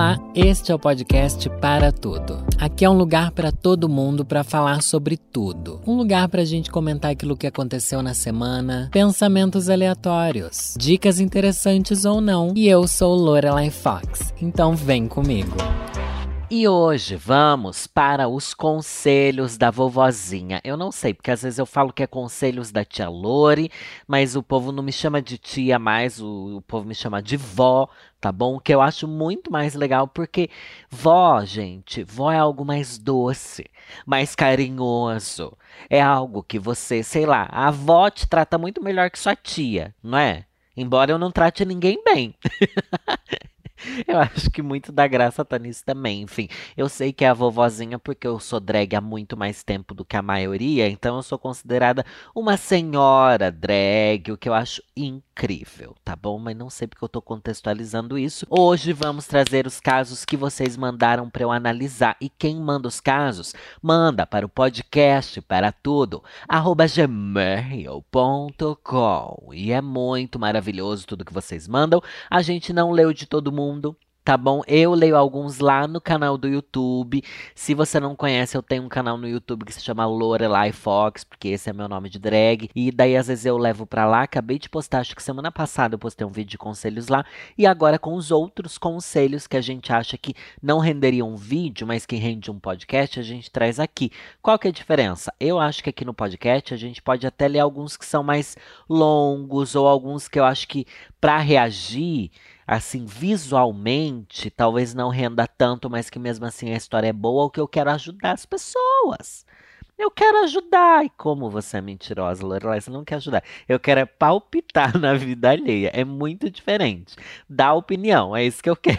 Olá, este é o podcast Para Tudo. Aqui é um lugar para todo mundo para falar sobre tudo. Um lugar para a gente comentar aquilo que aconteceu na semana, pensamentos aleatórios, dicas interessantes ou não. E eu sou Lorelai Fox, então vem comigo. E hoje vamos para os conselhos da vovozinha. Eu não sei, porque às vezes eu falo que é conselhos da tia Lore, mas o povo não me chama de tia mais, o povo me chama de vó, tá bom? Que eu acho muito mais legal, porque vó, gente, vó é algo mais doce, mais carinhoso. É algo que você, sei lá, a avó te trata muito melhor que sua tia, não é? Embora eu não trate ninguém bem. Eu acho que muito da graça tá nisso também. Enfim, eu sei que é a vovozinha porque eu sou drag há muito mais tempo do que a maioria, então eu sou considerada uma senhora drag, o que eu acho incrível, tá bom? Mas não sei porque eu tô contextualizando isso. Hoje vamos trazer os casos que vocês mandaram para eu analisar. E quem manda os casos, manda para o podcast para tudo, @gmail.com. E é muito maravilhoso tudo que vocês mandam. A gente não leu de todo mundo, tá bom? Eu leio alguns lá no canal do YouTube. Se você não conhece, eu tenho um canal no YouTube que se chama Lorelai Fox, porque esse é meu nome de drag. E daí, às vezes, eu levo pra lá. Acabei de postar, acho que semana passada eu postei um vídeo de conselhos lá. E agora com os outros conselhos que a gente acha que não renderiam um vídeo, mas que rende um podcast, a gente traz aqui. Qual que é a diferença? Eu acho que aqui no podcast a gente pode até ler alguns que são mais longos, ou alguns que eu acho que pra reagir assim, visualmente, talvez não renda tanto, mas que mesmo assim a história é boa, ou que eu quero ajudar as pessoas. Eu quero ajudar. E como você é mentirosa, Lorelai, você não quer ajudar. Eu quero é palpitar na vida alheia. É muito diferente. Dar opinião, é isso que eu quero.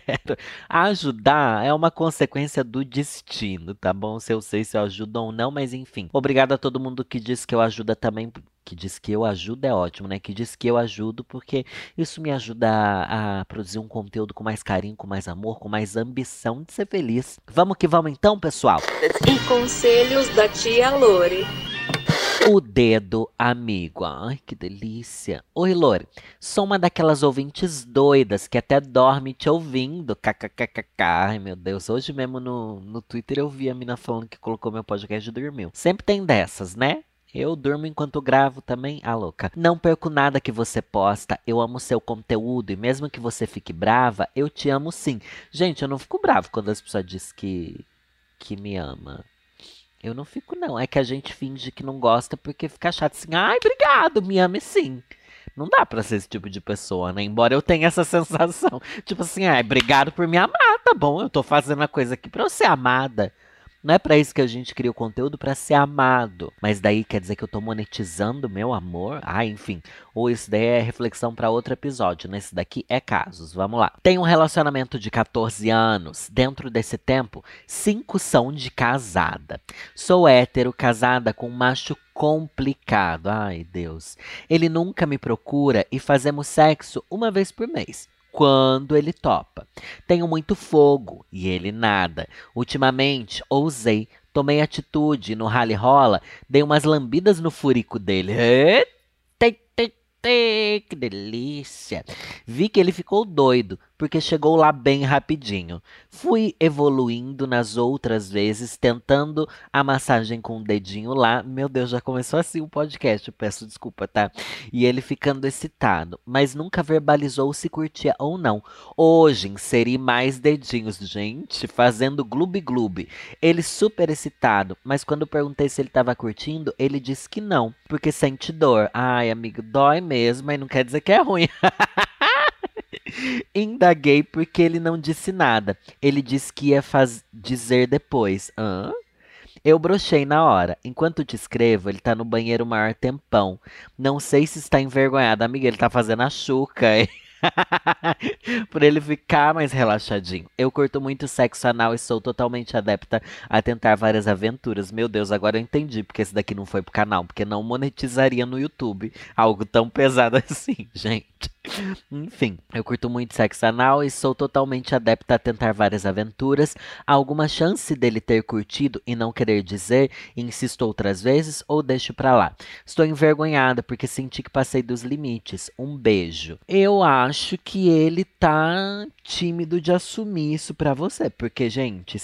Ajudar é uma consequência do destino, tá bom? Se eu sei se eu ajudo ou não, mas enfim. Obrigado a todo mundo que diz que eu ajudo também. Que diz que eu ajudo é ótimo, né? Que diz que eu ajudo porque isso me ajuda a produzir um conteúdo com mais carinho, com mais amor, com mais ambição de ser feliz. Vamos que vamos então, pessoal? E conselhos da tia Lore. O dedo amigo. Ai, que delícia. Oi, Lore. Sou uma daquelas ouvintes doidas que até dorme te ouvindo. KKKKK. Ai, meu Deus. Hoje mesmo no Twitter eu vi a mina falando que colocou meu podcast e dormiu. Sempre tem dessas, né? Eu durmo enquanto gravo também, a louca. Não perco nada que você posta, eu amo seu conteúdo e mesmo que você fique brava, eu te amo sim. Gente, eu não fico bravo quando as pessoas dizem que me ama. Eu não fico não, é que a gente finge que não gosta porque fica chato assim, ai, obrigado, me ame sim. Não dá pra ser esse tipo de pessoa, né? Embora eu tenha essa sensação. Tipo assim, ai, obrigado por me amar, tá bom? Eu tô fazendo a coisa aqui pra eu ser amada. Não é pra isso que a gente cria o conteúdo, pra ser amado. Mas daí quer dizer que eu tô monetizando meu amor? Ah, enfim. Ou isso daí é reflexão pra outro episódio. Nesse daqui é casos. Vamos lá. Tenho um relacionamento de 14 anos. Dentro desse tempo, 5 são de casada. Sou hétero, casada com um macho complicado. Ai, Deus. Ele nunca me procura e fazemos sexo uma vez por mês. Quando ele topa. Tenho muito fogo e ele nada. Ultimamente, ousei, tomei atitude no rally rola, dei umas lambidas no furico dele. Que delícia! Vi que ele ficou doido, porque chegou lá bem rapidinho. Fui evoluindo nas outras vezes, tentando a massagem com o dedinho lá. Meu Deus, já começou assim o podcast, eu peço desculpa, tá? E ele ficando excitado, mas nunca verbalizou se curtia ou não. Hoje inseri mais dedinhos, gente, fazendo gloob-gloob. Ele super excitado, mas quando perguntei se ele estava curtindo, ele disse que não, porque sente dor. Ai, amigo, dói mesmo, mas não quer dizer que é ruim. Indaguei porque ele não disse nada. Ele disse que ia dizer depois. Hã? Eu brochei na hora. Enquanto te escrevo, ele tá no banheiro o maior tempão. Não sei se está envergonhado. Amiga, ele tá fazendo a chuca, hein? Por ele ficar mais relaxadinho. Eu curto muito sexo anal e sou totalmente adepta a tentar várias aventuras. Meu Deus, agora eu entendi porque esse daqui não foi pro canal. Porque não monetizaria no YouTube algo tão pesado assim, gente. Enfim, eu curto muito sexo anal e sou totalmente adepta a tentar várias aventuras. Há alguma chance dele ter curtido e não querer dizer, e insisto outras vezes, ou deixo pra lá? Estou envergonhada porque senti que passei dos limites. Um beijo. Eu acho que ele tá tímido de assumir isso pra você, porque, gente,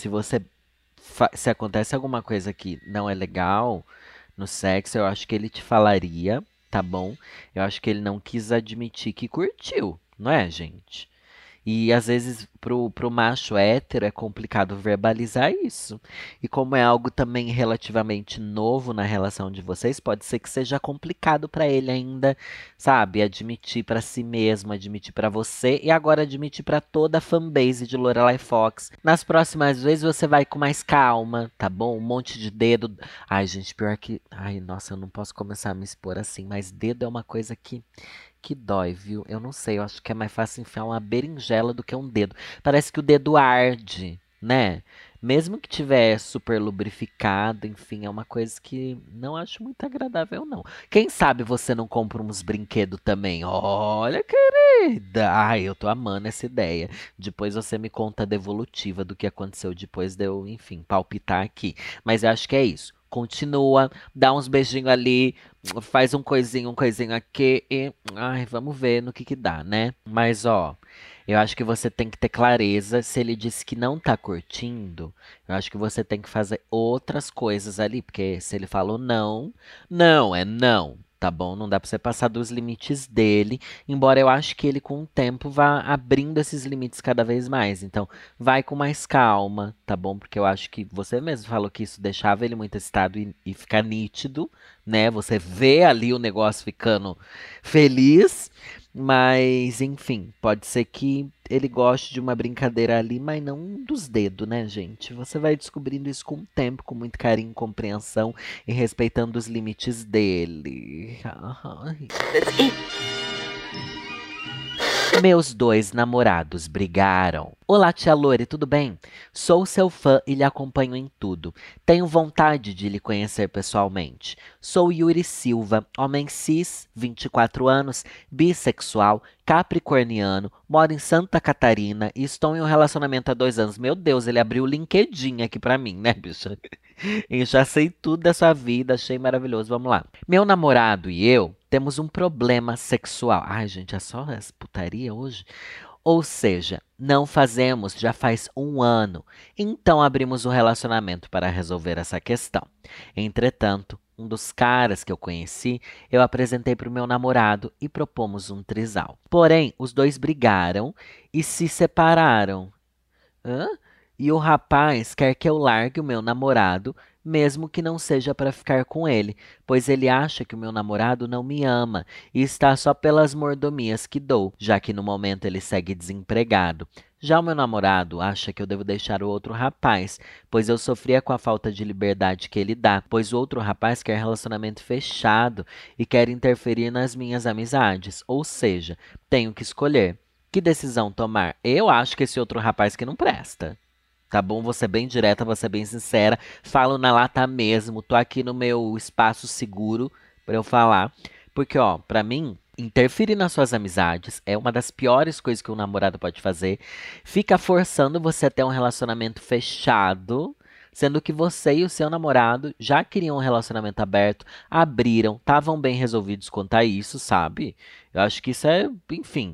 se acontece alguma coisa que não é legal no sexo, eu acho que ele te falaria, tá bom? Eu acho que ele não quis admitir que curtiu, não é, gente? E às vezes pro macho hétero é complicado verbalizar isso. E como é algo também relativamente novo na relação de vocês, pode ser que seja complicado pra ele ainda, sabe, admitir pra si mesmo, admitir pra você e agora admitir pra toda a fanbase de Lorelai Fox. Nas próximas vezes você vai com mais calma, tá bom? Um monte de dedo. Ai, gente, pior que, ai, nossa, eu não posso começar a me expor assim, mas dedo é uma coisa que dói, viu? Eu não sei, eu acho que é mais fácil enfiar uma berinjela do que um dedo. Parece que o dedo arde, né? Mesmo que tiver super lubrificado, enfim, é uma coisa que não acho muito agradável, não. Quem sabe você não compra uns brinquedos também? Olha, querida! Ai, eu tô amando essa ideia. Depois você me conta a devolutiva do que aconteceu depois de eu, enfim, palpitar aqui. Mas eu acho que é isso. Continua, dá uns beijinhos ali, faz um coisinho aqui e, ai, vamos ver no que dá, né? Mas ó, eu acho que você tem que ter clareza. Se ele disse que não tá curtindo, eu acho que você tem que fazer outras coisas ali, porque se ele falou não, não é não. Tá bom? Não dá pra você passar dos limites dele, embora eu acho que ele com o tempo vá abrindo esses limites cada vez mais. Então, vai com mais calma, tá bom? Porque eu acho que você mesmo falou que isso deixava ele muito excitado e fica nítido, né? Você vê ali o negócio ficando feliz, mas enfim, pode ser que ele goste de uma brincadeira ali, mas não dos dedos, né, gente? Você vai descobrindo isso com o tempo, com muito carinho, compreensão e respeitando os limites dele. Ai. Meus dois namorados brigaram. Olá, tia Lore, tudo bem? Sou seu fã e lhe acompanho em tudo. Tenho vontade de lhe conhecer pessoalmente. Sou Yuri Silva, homem cis, 24 anos, bissexual, capricorniano, moro em Santa Catarina e estou em um relacionamento há 2 anos. Meu Deus, ele abriu o LinkedIn aqui pra mim, né, bicha? Eu já sei tudo da sua vida, achei maravilhoso. Vamos lá. Meu namorado e eu temos um problema sexual. Ai, gente, é só essa putaria hoje? Ou seja, não fazemos já faz 1 ano. Então abrimos um relacionamento para resolver essa questão. Entretanto, um dos caras que eu conheci, eu apresentei para o meu namorado e propomos um trisal. Porém, os dois brigaram e se separaram. Hã? E o rapaz quer que eu largue o meu namorado, mesmo que não seja para ficar com ele, pois ele acha que o meu namorado não me ama e está só pelas mordomias que dou, já que no momento ele segue desempregado. Já o meu namorado acha que eu devo deixar o outro rapaz, pois eu sofria com a falta de liberdade que ele dá, pois o outro rapaz quer relacionamento fechado e quer interferir nas minhas amizades, ou seja, tenho que escolher. Que decisão tomar? Eu acho que esse outro rapaz que não presta. Tá bom? Vou ser bem direta, vou ser bem sincera. Falo na lata mesmo. Tô aqui no meu espaço seguro pra eu falar. Porque, ó, pra mim, interferir nas suas amizades é uma das piores coisas que um namorado pode fazer. Fica forçando você a ter um relacionamento fechado. Sendo que você e o seu namorado já queriam um relacionamento aberto, abriram, estavam bem resolvidos quanto a isso, sabe? Eu acho que isso é, enfim.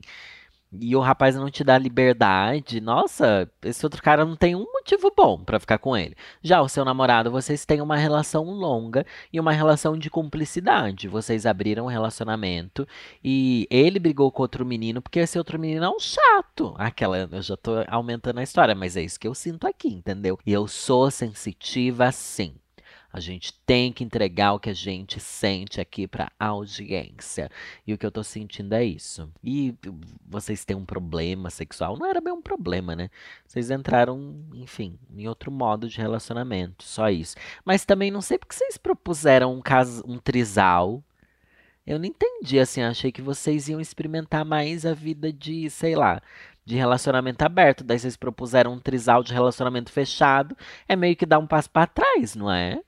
E o rapaz não te dá liberdade. Nossa, esse outro cara não tem um motivo bom pra ficar com ele. Já o seu namorado, vocês têm uma relação longa e uma relação de cumplicidade. Vocês abriram um relacionamento e ele brigou com outro menino porque esse outro menino é um chato. Aquela, eu já tô aumentando a história, mas é isso que eu sinto aqui, entendeu? E eu sou sensitiva sim. A gente tem que entregar o que a gente sente aqui para audiência. E o que eu tô sentindo é isso. E vocês têm um problema sexual? Não era bem um problema, né? Vocês entraram, enfim, em outro modo de relacionamento, só isso. Mas também não sei porque vocês propuseram um trisal. Eu não entendi, assim, achei que vocês iam experimentar mais a vida de, sei lá, de relacionamento aberto. Daí vocês propuseram um trisal de relacionamento fechado. É meio que dar um passo para trás, não é?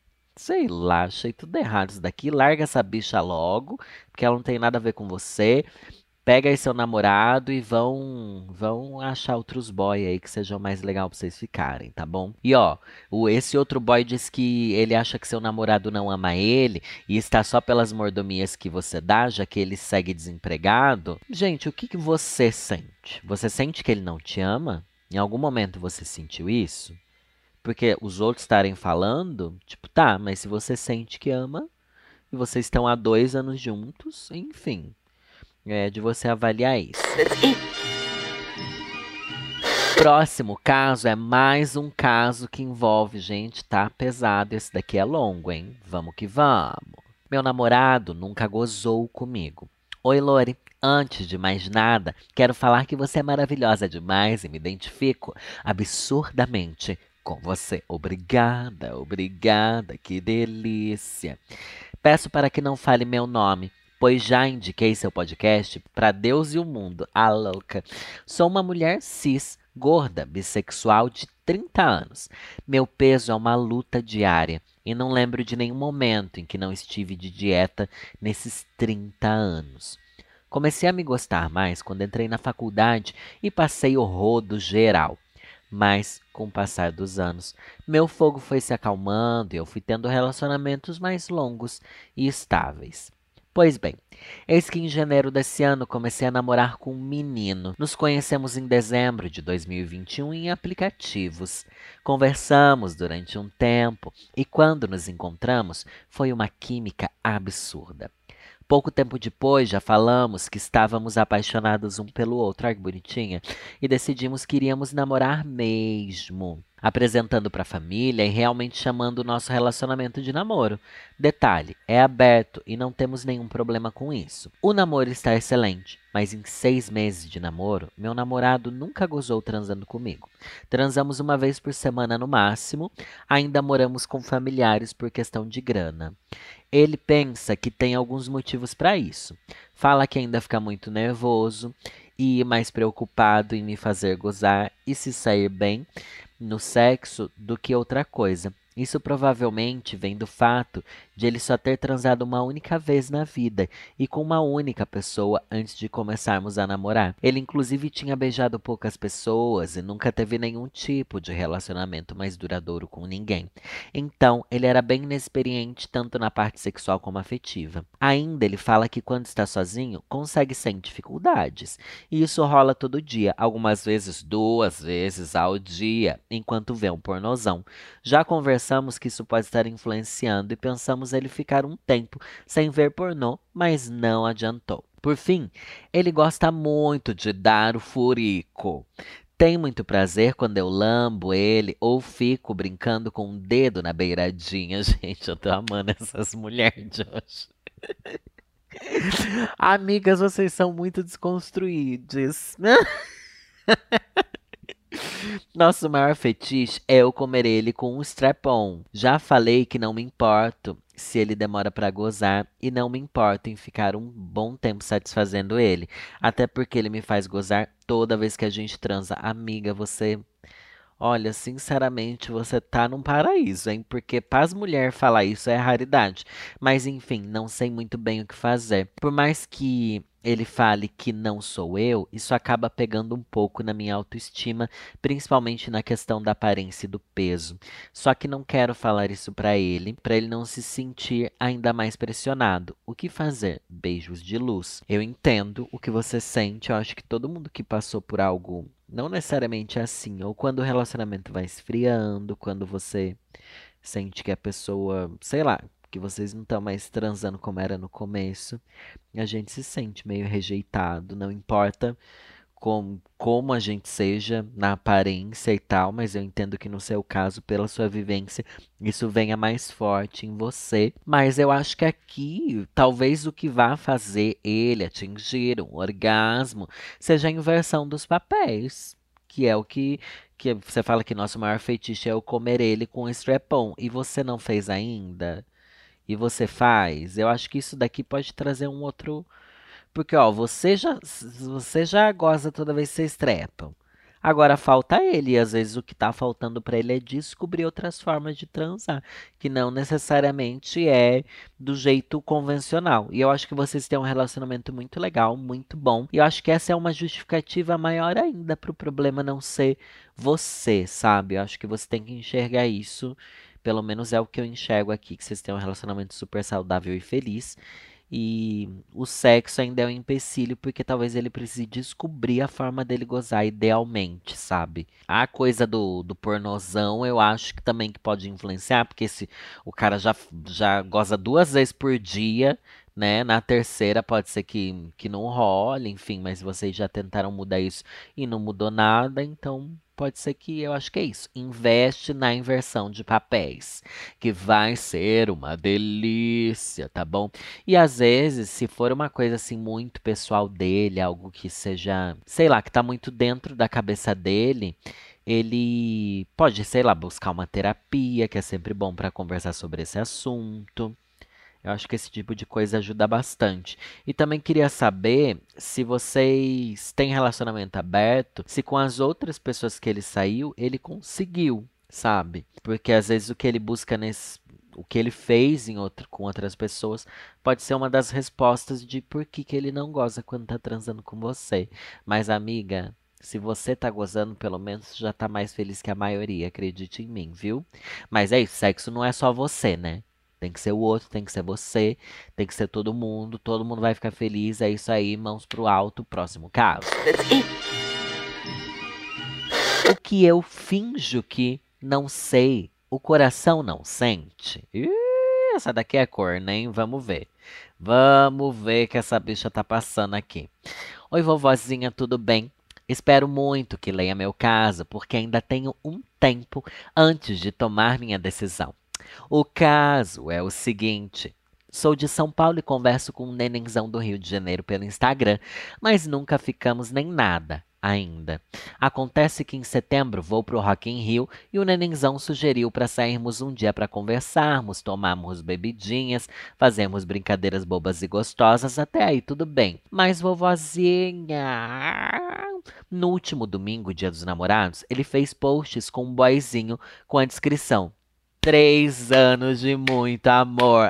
Sei lá, achei tudo errado isso daqui. Larga essa bicha logo, porque ela não tem nada a ver com você. Pega aí seu namorado e vão achar outros boy aí que sejam mais legal pra vocês ficarem, tá bom? E ó, esse outro boy diz que ele acha que seu namorado não ama ele e está só pelas mordomias que você dá, já que ele segue desempregado. Gente, o que que você sente? Você sente que ele não te ama? Em algum momento você sentiu isso? Porque os outros estarem falando, tipo, tá, mas se você sente que ama e vocês estão há 2 anos juntos, enfim, é de você avaliar isso. Próximo caso é mais um caso que envolve, gente, tá pesado. Esse daqui é longo, hein? Vamos que vamos. Meu namorado nunca gozou comigo. Oi, Lore. Antes de mais nada, quero falar que você é maravilhosa demais e me identifico absurdamente com você. Obrigada, obrigada, que delícia. Peço para que não fale meu nome, pois já indiquei seu podcast para Deus e o mundo. A louca. Sou uma mulher cis, gorda, bissexual de 30 anos. Meu peso é uma luta diária e não lembro de nenhum momento em que não estive de dieta nesses 30 anos. Comecei a me gostar mais quando entrei na faculdade e passei o rodo geral. Mas, com o passar dos anos, meu fogo foi se acalmando e eu fui tendo relacionamentos mais longos e estáveis. Pois bem, eis que em janeiro desse ano comecei a namorar com um menino. Nos conhecemos em dezembro de 2021 em aplicativos. Conversamos durante um tempo e quando nos encontramos foi uma química absurda. Pouco tempo depois, já falamos que estávamos apaixonados um pelo outro, ai que bonitinha, e decidimos que iríamos namorar mesmo. Apresentando para a família e realmente chamando o nosso relacionamento de namoro. Detalhe, é aberto e não temos nenhum problema com isso. O namoro está excelente, mas em 6 meses de namoro, meu namorado nunca gozou transando comigo. Transamos uma vez por semana no máximo, ainda moramos com familiares por questão de grana. Ele pensa que tem alguns motivos para isso. Fala que ainda fica muito nervoso e mais preocupado em me fazer gozar e se sair bem no sexo do que outra coisa. Isso provavelmente vem do fato de ele só ter transado uma única vez na vida e com uma única pessoa antes de começarmos a namorar. Ele inclusive tinha beijado poucas pessoas e nunca teve nenhum tipo de relacionamento mais duradouro com ninguém. Então, ele era bem inexperiente tanto na parte sexual como afetiva. Ainda ele fala que quando está sozinho, consegue sem dificuldades. E isso rola todo dia, algumas vezes 2 vezes ao dia, enquanto vê um pornozão. Já conversamos que isso pode estar influenciando e pensamos ele ficar um tempo sem ver pornô, mas não adiantou. Por fim, ele gosta muito de dar o furico. Tem muito prazer quando eu lambo ele ou fico brincando com um dedo na beiradinha. Gente, eu tô amando essas mulheres de hoje. Amigas, vocês são muito desconstruídas. Nosso maior fetiche é eu comer ele com um strap-on. Já falei que não me importo se ele demora pra gozar e não me importo em ficar um bom tempo satisfazendo ele. Até porque ele me faz gozar toda vez que a gente transa. Amiga, você. Olha, sinceramente, você tá num paraíso, hein? Porque para as mulheres falar isso é raridade. Mas enfim, não sei muito bem o que fazer. Por mais que ele fale que não sou eu, isso acaba pegando um pouco na minha autoestima, principalmente na questão da aparência e do peso. Só que não quero falar isso para ele não se sentir ainda mais pressionado. O que fazer? Beijos de luz. Eu entendo o que você sente, eu acho que todo mundo que passou por algo não necessariamente assim, ou quando o relacionamento vai esfriando, quando você sente que a pessoa, sei lá, que vocês não estão mais transando como era no começo, a gente se sente meio rejeitado, não importa como a gente seja na aparência e tal, mas eu entendo que no seu caso, pela sua vivência, isso venha mais forte em você. Mas eu acho que aqui, talvez o que vá fazer ele atingir um orgasmo seja a inversão dos papéis. Que é o que você fala que nosso maior feitiço é o comer ele com strap-on. E você não fez ainda? E você faz? Eu acho que isso daqui pode trazer um outro porque, ó, você já goza toda vez que você estrepa. Agora falta ele, e às vezes o que tá faltando pra ele é descobrir outras formas de transar, que não necessariamente é do jeito convencional. E eu acho que vocês têm um relacionamento muito legal, muito bom. E eu acho que essa é uma justificativa maior ainda pro problema não ser você, sabe? Eu acho que você tem que enxergar isso. Pelo menos é o que eu enxergo aqui, que vocês têm um relacionamento super saudável e feliz. E o sexo ainda é um empecilho, porque talvez ele precise descobrir a forma dele gozar idealmente, sabe? A coisa do pornozão, eu acho que também que pode influenciar, porque se o cara já goza 2 vezes por dia, né? Na terceira pode ser que não role, enfim, mas vocês já tentaram mudar isso e não mudou nada, então pode ser que eu acho que é isso. Investe na inversão de papéis, que vai ser uma delícia, tá bom? E às vezes, se for uma coisa assim muito pessoal dele, algo que seja, sei lá, que tá muito dentro da cabeça dele, ele pode, sei lá, buscar uma terapia, que é sempre bom para conversar sobre esse assunto. Eu acho que esse tipo de coisa ajuda bastante. E também queria saber se vocês têm relacionamento aberto, se com as outras pessoas que ele saiu, ele conseguiu, sabe? Porque às vezes o que ele busca o que ele fez com outras pessoas pode ser uma das respostas de por que que ele não goza quando tá transando com você. Mas, amiga, se você tá gozando, pelo menos já tá mais feliz que a maioria, acredite em mim, viu? Mas é isso, sexo não é só você, né? Tem que ser o outro, tem que ser você, tem que ser todo mundo vai ficar feliz. É isso aí, mãos pro alto, próximo caso. O que eu finjo que não sei, o coração não sente. Ih, essa daqui é corna, hein? Vamos ver. Vamos ver que essa bicha tá passando aqui. Oi, vovozinha, tudo bem? Espero muito que leia meu caso, porque ainda tenho um tempo antes de tomar minha decisão. O caso é o seguinte. Sou de São Paulo e converso com um nenenzão do Rio de Janeiro pelo Instagram, mas nunca ficamos nem nada ainda. Acontece que em setembro vou pro Rock in Rio e o nenenzão sugeriu para sairmos um dia para conversarmos, tomarmos bebidinhas, fazermos brincadeiras bobas e gostosas, até aí tudo bem. Mas vovozinha, no último domingo, Dia dos Namorados, ele fez posts com um boyzinho com a descrição 3 anos de muito amor.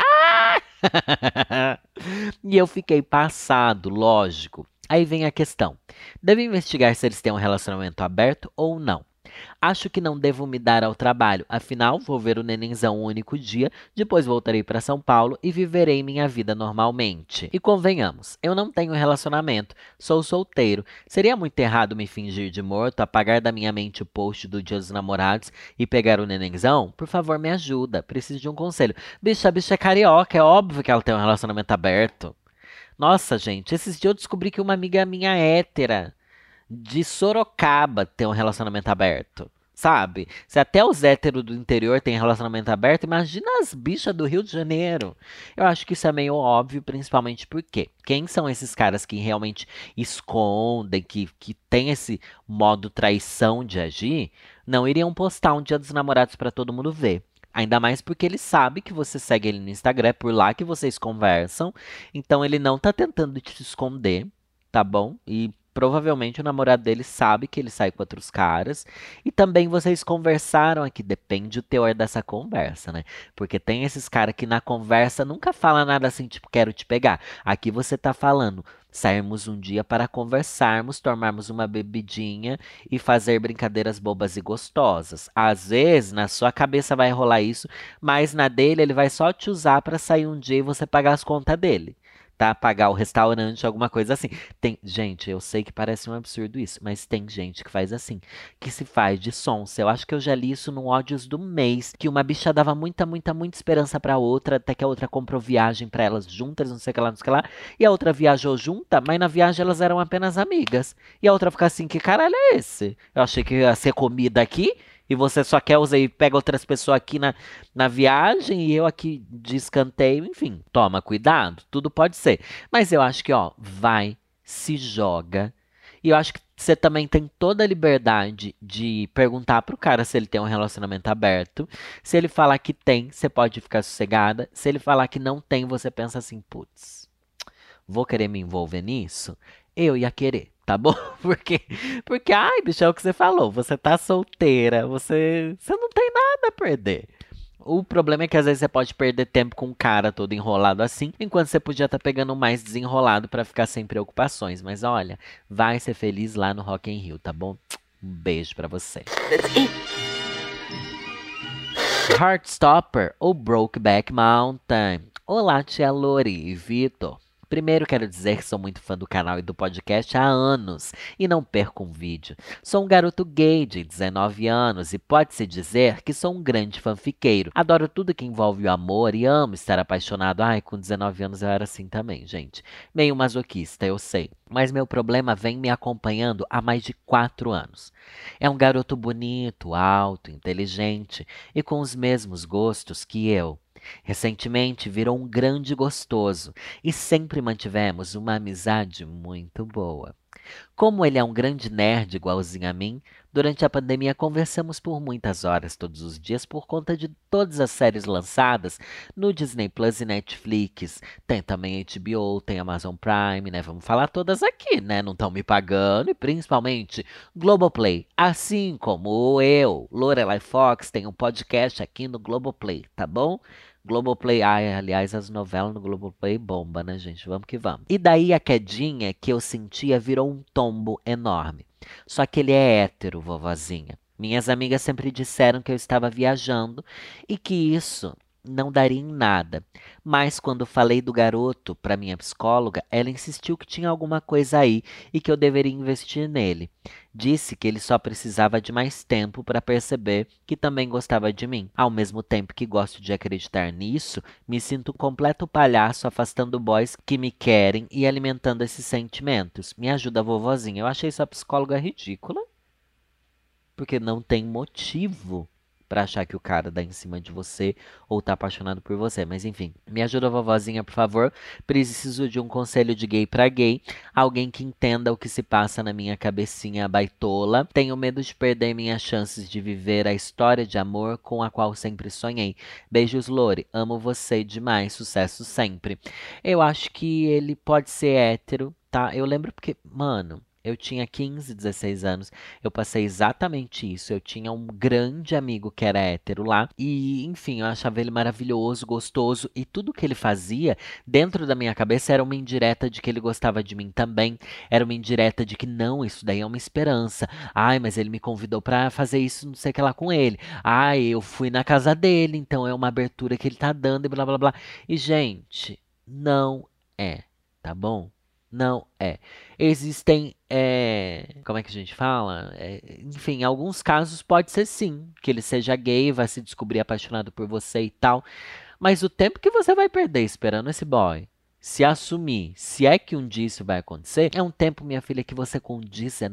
E eu fiquei passado, lógico. Aí vem a questão: devo investigar se eles têm um relacionamento aberto ou não? Acho que não devo me dar ao trabalho, afinal, vou ver o nenenzão um único dia, depois voltarei para São Paulo e viverei minha vida normalmente. E convenhamos, eu não tenho relacionamento, sou solteiro. Seria muito errado me fingir de morto, apagar da minha mente o post do Dia dos Namorados e pegar o nenenzão? Por favor, me ajuda, preciso de um conselho. Bicha, a bicha é carioca, é óbvio que ela tem um relacionamento aberto. Nossa, gente, esses dias eu descobri que uma amiga minha hétera de Sorocaba ter um relacionamento aberto. Sabe? Se até os héteros do interior têm relacionamento aberto, imagina as bichas do Rio de Janeiro. Eu acho que isso é meio óbvio, principalmente porque quem são esses caras que realmente escondem, que tem esse modo traição de agir, não iriam postar um Dia dos Namorados pra todo mundo ver. Ainda mais porque ele sabe que você segue ele no Instagram, é por lá que vocês conversam. Então ele não tá tentando te esconder, tá bom? E provavelmente o namorado dele sabe que ele sai com outros caras. E também vocês conversaram aqui, depende do teor dessa conversa, né? Porque tem esses caras que na conversa nunca fala nada assim, tipo, quero te pegar. Aqui você tá falando, sairmos um dia para conversarmos, tomarmos uma bebidinha e fazer brincadeiras bobas e gostosas. Às vezes, na sua cabeça vai rolar isso, mas na dele ele vai só te usar para sair um dia e você pagar as contas dele. Tá? Pagar o restaurante, alguma coisa assim. Gente, eu sei que parece um absurdo isso, mas tem gente que faz assim, que se faz de sonsa. Eu acho que eu já li isso no Ódios do Mês, que uma bicha dava muita esperança pra outra, até que a outra comprou viagem pra elas juntas, não sei o que lá, não sei o que lá, e a outra viajou junta, mas na viagem elas eram apenas amigas. E a outra fica assim, que caralho é esse? Eu achei que ia ser comida aqui, e você só quer usar e pega outras pessoas aqui na viagem e eu aqui de escanteio, enfim. Toma cuidado, tudo pode ser. Mas eu acho que, ó, vai, se joga. E eu acho que você também tem toda a liberdade de perguntar pro cara se ele tem um relacionamento aberto. Se ele falar que tem, você pode ficar sossegada. Se ele falar que não tem, você pensa assim, putz, vou querer me envolver nisso? eu ia querer, tá bom? Porque, ai, bicho, é o que você falou. Você tá solteira, você não tem nada a perder. O problema é que às vezes você pode perder tempo com um cara todo enrolado assim, enquanto você podia estar pegando um mais desenrolado pra ficar sem preocupações. Mas olha, vai ser feliz lá no Rock in Rio, tá bom? Um beijo pra você. Heartstopper ou Brokeback Mountain? Olá, tia Lori e Vitor. Primeiro quero dizer que sou muito fã do canal e do podcast há anos e não perco um vídeo. Sou um garoto gay de 19 anos e pode-se dizer que sou um grande fanfiqueiro. Adoro tudo que envolve o amor e amo estar apaixonado. Ai, com 19 anos eu era assim também, gente. Meio masoquista, eu sei. Mas meu problema vem me acompanhando há mais de 4 anos. É um garoto bonito, alto, inteligente e com os mesmos gostos que eu. Recentemente virou um grande gostoso e sempre mantivemos uma amizade muito boa. Como ele é um grande nerd igualzinho a mim, durante a pandemia conversamos por muitas horas todos os dias por conta de todas as séries lançadas no Disney Plus e Netflix. Tem também HBO, tem Amazon Prime, né? Vamos falar todas aqui, né? Não estão me pagando e principalmente Globoplay. Assim como eu, Lorelai Fox, tem um podcast aqui no Globoplay, tá bom? Globoplay, ai, aliás, as novelas no Globoplay bomba, né, gente? Vamos que vamos. E daí a quedinha que eu sentia virou um tombo enorme. Só que ele é hétero, vovozinha. Minhas amigas sempre disseram que eu estava viajando e que isso não daria em nada. Mas quando falei do garoto para minha psicóloga, ela insistiu que tinha alguma coisa aí e que eu deveria investir nele. Disse que ele só precisava de mais tempo para perceber que também gostava de mim. Ao mesmo tempo que gosto de acreditar nisso, me sinto um completo palhaço afastando boys que me querem e alimentando esses sentimentos. Me ajuda, vovozinha. Eu achei sua psicóloga ridícula, porque não tem motivo pra achar que o cara dá em cima de você ou tá apaixonado por você. Mas enfim, me ajuda, vovozinha, por favor. Preciso de um conselho de gay pra gay. Alguém que entenda o que se passa na minha cabecinha baitola. Tenho medo de perder minhas chances de viver a história de amor com a qual sempre sonhei. Beijos, Lore. Amo você demais. Sucesso sempre. Eu acho que ele pode ser hétero, tá? Eu lembro porque, mano. Eu tinha 15, 16 anos. Eu passei exatamente isso. Eu tinha um grande amigo que era hétero lá. E, enfim, eu achava ele maravilhoso, gostoso. E tudo que ele fazia, dentro da minha cabeça, era uma indireta de que ele gostava de mim também. Era uma indireta de que não, isso daí é uma esperança. Ai, mas ele me convidou pra fazer isso, não sei o que lá com ele. Ai, eu fui na casa dele, então é uma abertura que ele tá dando e blá blá blá. E, gente, não é, tá bom? Não é. Existem, como é que a gente fala? Enfim, em alguns casos pode ser sim, que ele seja gay, vai se descobrir apaixonado por você e tal. Mas o tempo que você vai perder esperando esse boy se assumir, se é que um dia isso vai acontecer, é um tempo, minha filha, que você com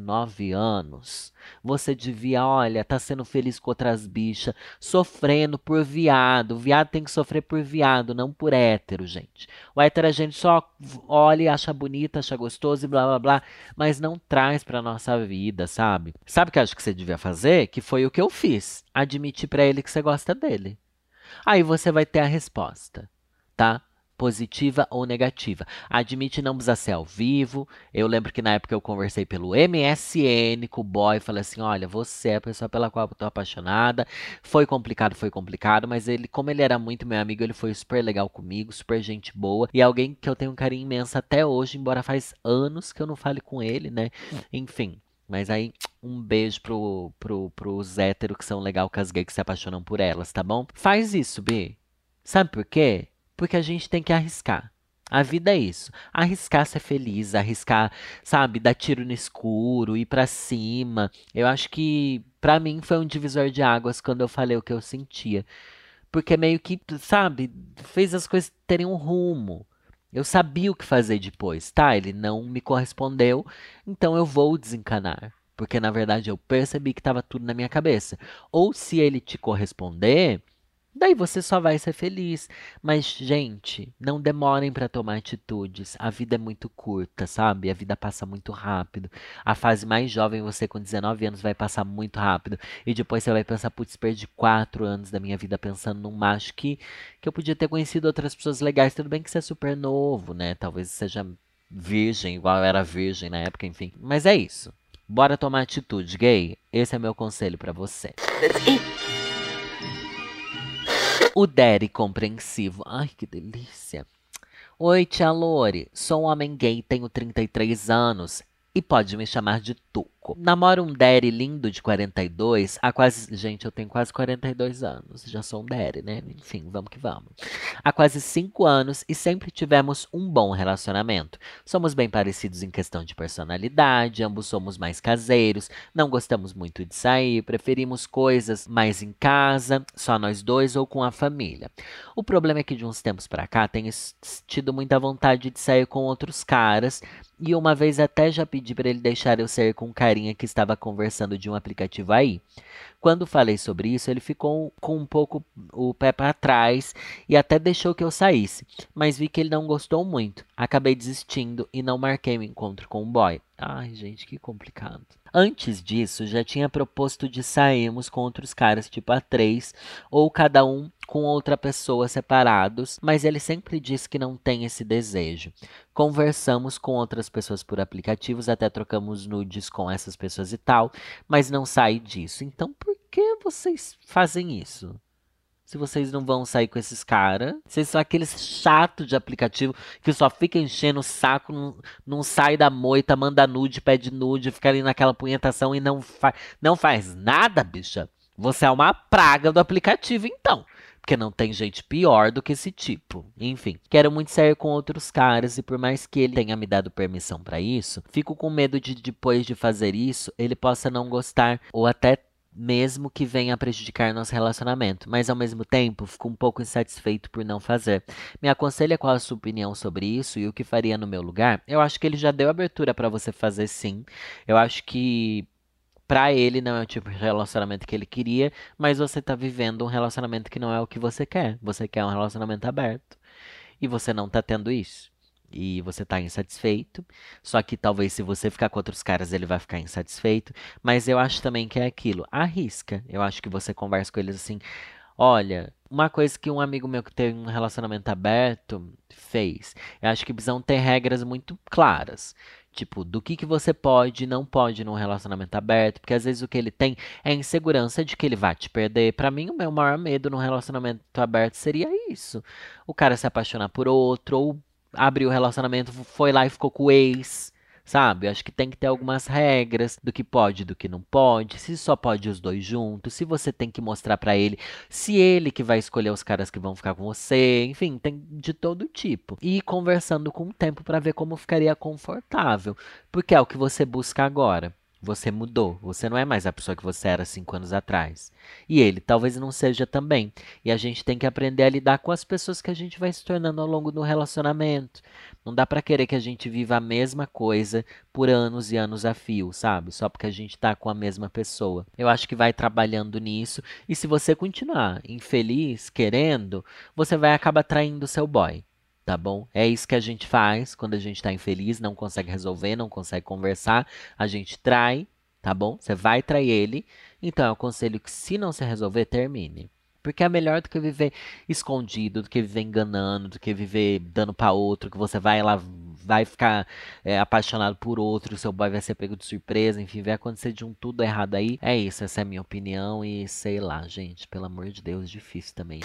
19 anos, você devia, olha, tá sendo feliz com outras bichas, sofrendo por viado. O viado tem que sofrer por viado, não por hétero, gente. O hétero a gente só olha e acha bonito, acha gostoso e blá blá blá, mas não traz pra nossa vida, sabe? Sabe o que eu acho que você devia fazer? Que foi o que eu fiz. Admitir pra ele que você gosta dele. Aí você vai ter a resposta, tá? Positiva ou negativa. Admite não precisa ser ao vivo. Eu lembro que na época eu conversei pelo MSN com o boy. Falei assim: olha, você é a pessoa pela qual eu tô apaixonada. Foi complicado, mas ele, como ele era muito meu amigo, ele foi super legal comigo, super gente boa. E alguém que eu tenho um carinho imenso até hoje, embora faz anos que eu não fale com ele, né? Enfim. Mas aí, um beijo pros héteros que são legal com as gays que se apaixonam por elas, tá bom? Faz isso, B. Sabe por quê? Porque a gente tem que arriscar. A vida é isso. Arriscar ser feliz, arriscar, sabe, dar tiro no escuro, ir pra cima. Eu acho que, pra mim, foi um divisor de águas quando eu falei o que eu sentia. Porque meio que, sabe, fez as coisas terem um rumo. Eu sabia o que fazer depois, tá? Ele não me correspondeu, então eu vou desencanar. Porque na verdade eu percebi que estava tudo na minha cabeça. Ou se ele te corresponder, daí você só vai ser feliz. Mas, gente, não demorem para tomar atitudes. A vida é muito curta, sabe? A vida passa muito rápido. A fase mais jovem, você com 19 anos, vai passar muito rápido. E depois você vai pensar, putz, perdi 4 anos da minha vida pensando num macho que eu podia ter conhecido outras pessoas legais. Tudo bem que você é super novo, né? Talvez seja virgem, igual eu era virgem na época, enfim. Mas é isso. Bora tomar atitude, gay. Esse é meu conselho pra você. O Daddy compreensivo. Ai, que delícia. Oi, tia Lore. Sou um homem gay, tenho 33 anos e pode me chamar de Tuco. Namoro um daddy lindo de 42 há quase... Gente, eu tenho quase 42 anos. Já sou um daddy, né? Enfim, vamos que vamos. Há quase 5 anos e sempre tivemos um bom relacionamento. Somos bem parecidos em questão de personalidade, ambos somos mais caseiros, não gostamos muito de sair, preferimos coisas mais em casa, só nós dois ou com a família. O problema é que de uns tempos pra cá tenho tido muita vontade de sair com outros caras e uma vez até já pedi pra ele deixar eu sair com um carinha que estava conversando de um aplicativo aí. Quando falei sobre isso, ele ficou com um pouco o pé para trás e até deixou que eu saísse, mas vi que ele não gostou muito. Acabei desistindo e não marquei o encontro com o boy. Ai, gente, que complicado. Antes disso, já tinha proposto de sairmos com outros caras, tipo a três, ou cada um com outra pessoa separados, mas ele sempre disse que não tem esse desejo. Conversamos com outras pessoas por aplicativos, até trocamos nudes com essas pessoas e tal, mas não sai disso. Então, por que vocês fazem isso? Se vocês não vão sair com esses caras, vocês são aqueles chato de aplicativo que só fica enchendo o saco, não sai da moita, manda nude, pede nude, fica ali naquela punhetação e não faz nada, bicha. Você é uma praga do aplicativo, então. Porque não tem gente pior do que esse tipo. Enfim, quero muito sair com outros caras e por mais que ele tenha me dado permissão pra isso, fico com medo de depois de fazer isso, ele possa não gostar ou até mesmo que venha a prejudicar nosso relacionamento, mas ao mesmo tempo fico um pouco insatisfeito por não fazer. Me aconselha qual a sua opinião sobre isso e o que faria no meu lugar? Eu acho que ele já deu abertura pra você fazer sim. Eu acho que pra ele não é o tipo de relacionamento que ele queria, mas você tá vivendo um relacionamento que não é o que você quer. Você quer um relacionamento aberto e você não tá tendo isso. E você tá insatisfeito. Só que talvez se você ficar com outros caras, ele vai ficar insatisfeito. Mas eu acho também que é aquilo. Arrisca. Eu acho que você conversa com eles assim. Olha, uma coisa que um amigo meu que teve um relacionamento aberto fez. Eu acho que precisam ter regras muito claras. Tipo, do que você pode e não pode num relacionamento aberto. Porque às vezes o que ele tem é a insegurança de que ele vai te perder. Pra mim, o meu maior medo num relacionamento aberto seria isso. O cara se apaixonar por outro, ou abriu o relacionamento, foi lá e ficou com o ex. Sabe? Eu acho que tem que ter algumas regras do que pode e do que não pode. Se só pode os dois juntos, se você tem que mostrar pra ele, se ele que vai escolher os caras que vão ficar com você, enfim, tem de todo tipo. E ir conversando com o tempo pra ver como ficaria confortável, porque é o que você busca agora. Você mudou, você não é mais a pessoa que você era 5 anos atrás. E ele talvez não seja também. E a gente tem que aprender a lidar com as pessoas que a gente vai se tornando ao longo do relacionamento. Não dá pra querer que a gente viva a mesma coisa por anos e anos a fio, sabe? Só porque a gente tá com a mesma pessoa. Eu acho que vai trabalhando nisso. E se você continuar infeliz, querendo, você vai acabar traindo seu boy. Tá bom? É isso que a gente faz quando a gente tá infeliz, não consegue resolver, não consegue conversar. A gente trai, tá bom? Você vai trair ele. Então eu aconselho que se não se resolver, termine. Porque é melhor do que viver escondido, do que viver enganando, do que viver dando pra outro, que você vai lá, vai ficar apaixonado por outro, seu boy vai ser pego de surpresa, enfim, vai acontecer de um tudo errado aí. É isso, essa é a minha opinião e sei lá, gente, pelo amor de Deus, difícil também.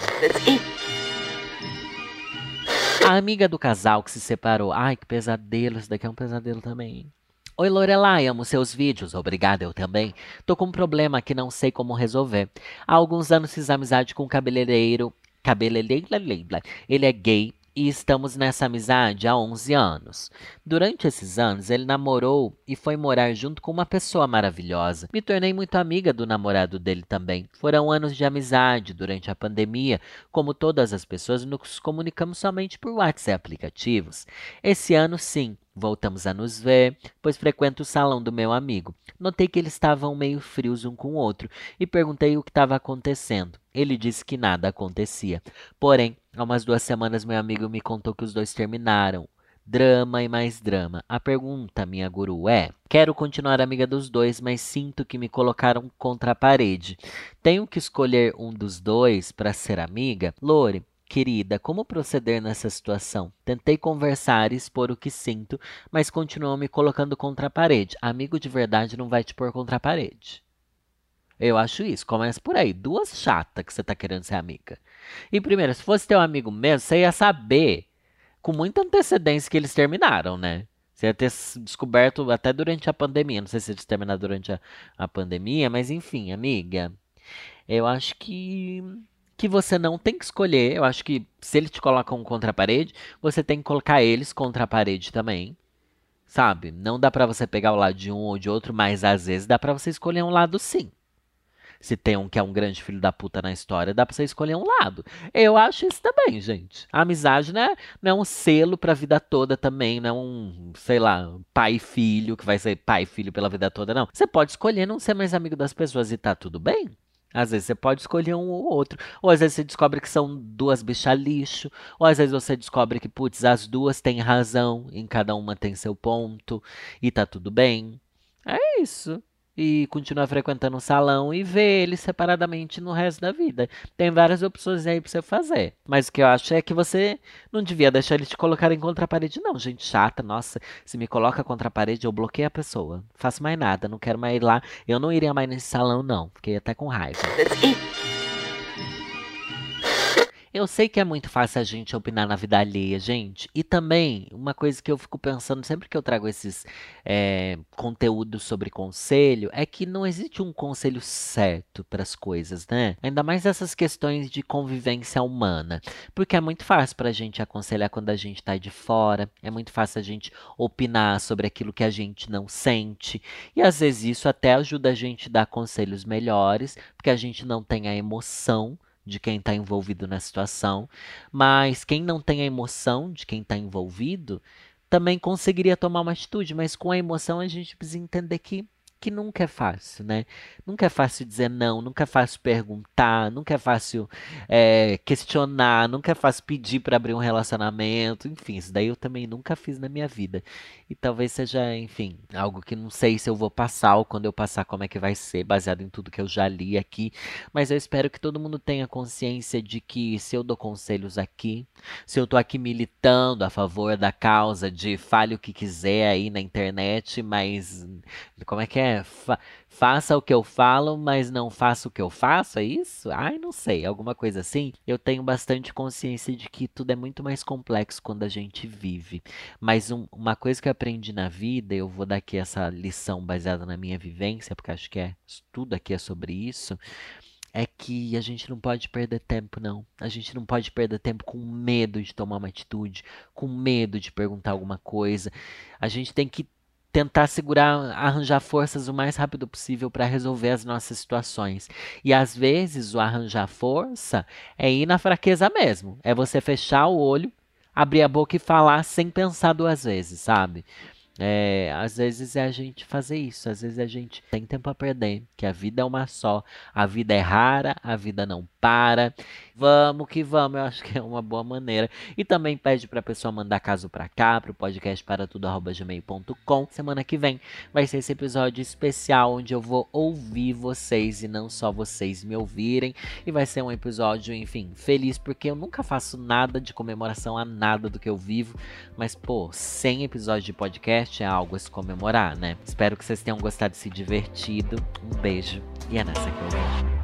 A amiga do casal que se separou. Ai, que pesadelo, isso daqui é um pesadelo também. Oi, Lorelai, amo seus vídeos. Obrigada, eu também. Tô com um problema que não sei como resolver. Há alguns anos fiz amizade com um cabeleireiro. Cabeleireiro, ele é gay e estamos nessa amizade há 11 anos. Durante esses anos, ele namorou e foi morar junto com uma pessoa maravilhosa. Me tornei muito amiga do namorado dele também. Foram anos de amizade durante a pandemia. Como todas as pessoas, nos comunicamos somente por WhatsApp e aplicativos. Esse ano, sim. Voltamos a nos ver, pois frequento o salão do meu amigo. Notei que eles estavam meio frios um com o outro e perguntei o que estava acontecendo. Ele disse que nada acontecia. Porém, há umas 2 semanas meu amigo me contou que os dois terminaram. Drama e mais drama. A pergunta, minha guru, é: quero continuar amiga dos dois, mas sinto que me colocaram contra a parede. Tenho que escolher um dos dois para ser amiga? Lore, querida, como proceder nessa situação? Tentei conversar e expor o que sinto, mas continuam me colocando contra a parede. Amigo de verdade não vai te pôr contra a parede. Eu acho isso. Começa por aí. Duas chatas que você tá querendo ser amiga. E primeiro, se fosse teu amigo mesmo, você ia saber com muita antecedência que eles terminaram, né? Você ia ter descoberto até durante a pandemia. Não sei se eles terminaram durante a pandemia, mas enfim, amiga. Eu acho que você não tem que escolher. Eu acho que se eles te colocam contra a parede, você tem que colocar eles contra a parede também. Sabe? Não dá pra você pegar o lado de um ou de outro, mas às vezes dá pra você escolher um lado sim. Se tem um que é um grande filho da puta na história, dá pra você escolher um lado. Eu acho isso também, gente. A amizade, né, não é um selo pra vida toda também, não é um, sei lá, pai e filho, que vai ser pai e filho pela vida toda, não. Você pode escolher não ser mais amigo das pessoas e tá tudo bem. Às vezes você pode escolher um ou outro. Ou às vezes você descobre que são duas bichas lixo. Ou às vezes você descobre que, putz, as duas têm razão, em cada uma tem seu ponto, e tá tudo bem. É isso. E continua frequentando o salão e vê ele separadamente no resto da vida. Tem várias opções aí pra você fazer. Mas o que eu acho é que você não devia deixar ele te colocar em contra a parede, não. Gente chata, nossa. Se me coloca contra a parede, eu bloqueio a pessoa. Não faço mais nada, não quero mais ir lá. Eu não iria mais nesse salão, não. Fiquei até com raiva. Eu sei que é muito fácil a gente opinar na vida alheia, gente. E também, uma coisa que eu fico pensando sempre que eu trago esses conteúdos sobre conselho, é que não existe um conselho certo para as coisas, né? Ainda mais essas questões de convivência humana. Porque é muito fácil para a gente aconselhar quando a gente está de fora, é muito fácil a gente opinar sobre aquilo que a gente não sente. E às vezes isso até ajuda a gente a dar conselhos melhores, porque a gente não tem a emoção de quem está envolvido na situação, mas quem não tem a emoção de quem está envolvido também conseguiria tomar uma atitude, mas com a emoção a gente precisa entender que nunca é fácil, né? Nunca é fácil dizer não, nunca é fácil perguntar, nunca é fácil questionar, nunca é fácil pedir para abrir um relacionamento, enfim, isso daí eu também nunca fiz na minha vida. E talvez seja, enfim, algo que não sei se eu vou passar ou quando eu passar como é que vai ser, baseado em tudo que eu já li aqui, mas eu espero que todo mundo tenha consciência de que se eu dou conselhos aqui, se eu tô aqui militando a favor da causa de fale o que quiser aí na internet, mas como é que é? Faça o que eu falo, mas não faça o que eu faço, é isso? Ai, não sei, alguma coisa assim. Eu tenho bastante consciência de que tudo é muito mais complexo quando a gente vive. Mas uma coisa que eu aprendi na vida, eu vou dar aqui essa lição baseada na minha vivência, porque acho que tudo aqui é sobre isso, é que a gente não pode perder tempo, não. A gente não pode perder tempo com medo de tomar uma atitude, com medo de perguntar alguma coisa. A gente tem que tentar segurar, arranjar forças o mais rápido possível para resolver as nossas situações. E às vezes o arranjar força é ir na fraqueza mesmo. É você fechar o olho, abrir a boca e falar sem pensar duas vezes, sabe? Às vezes é a gente fazer isso, às vezes a gente tem tempo a perder, que a vida é uma só, a vida é rara, a vida não para. Vamos que vamos, eu acho que é uma boa maneira. E também pede pra pessoa mandar caso pra cá, pro podcast para tudo@gmail.com. Semana que vem vai ser esse episódio especial onde eu vou ouvir vocês e não só vocês me ouvirem. E vai ser um episódio, enfim, feliz porque eu nunca faço nada de comemoração a nada do que eu vivo, mas pô, 100 episódios de podcast é algo a se comemorar, né? Espero que vocês tenham gostado e se divertido. Um beijo e é nessa que eu vejo.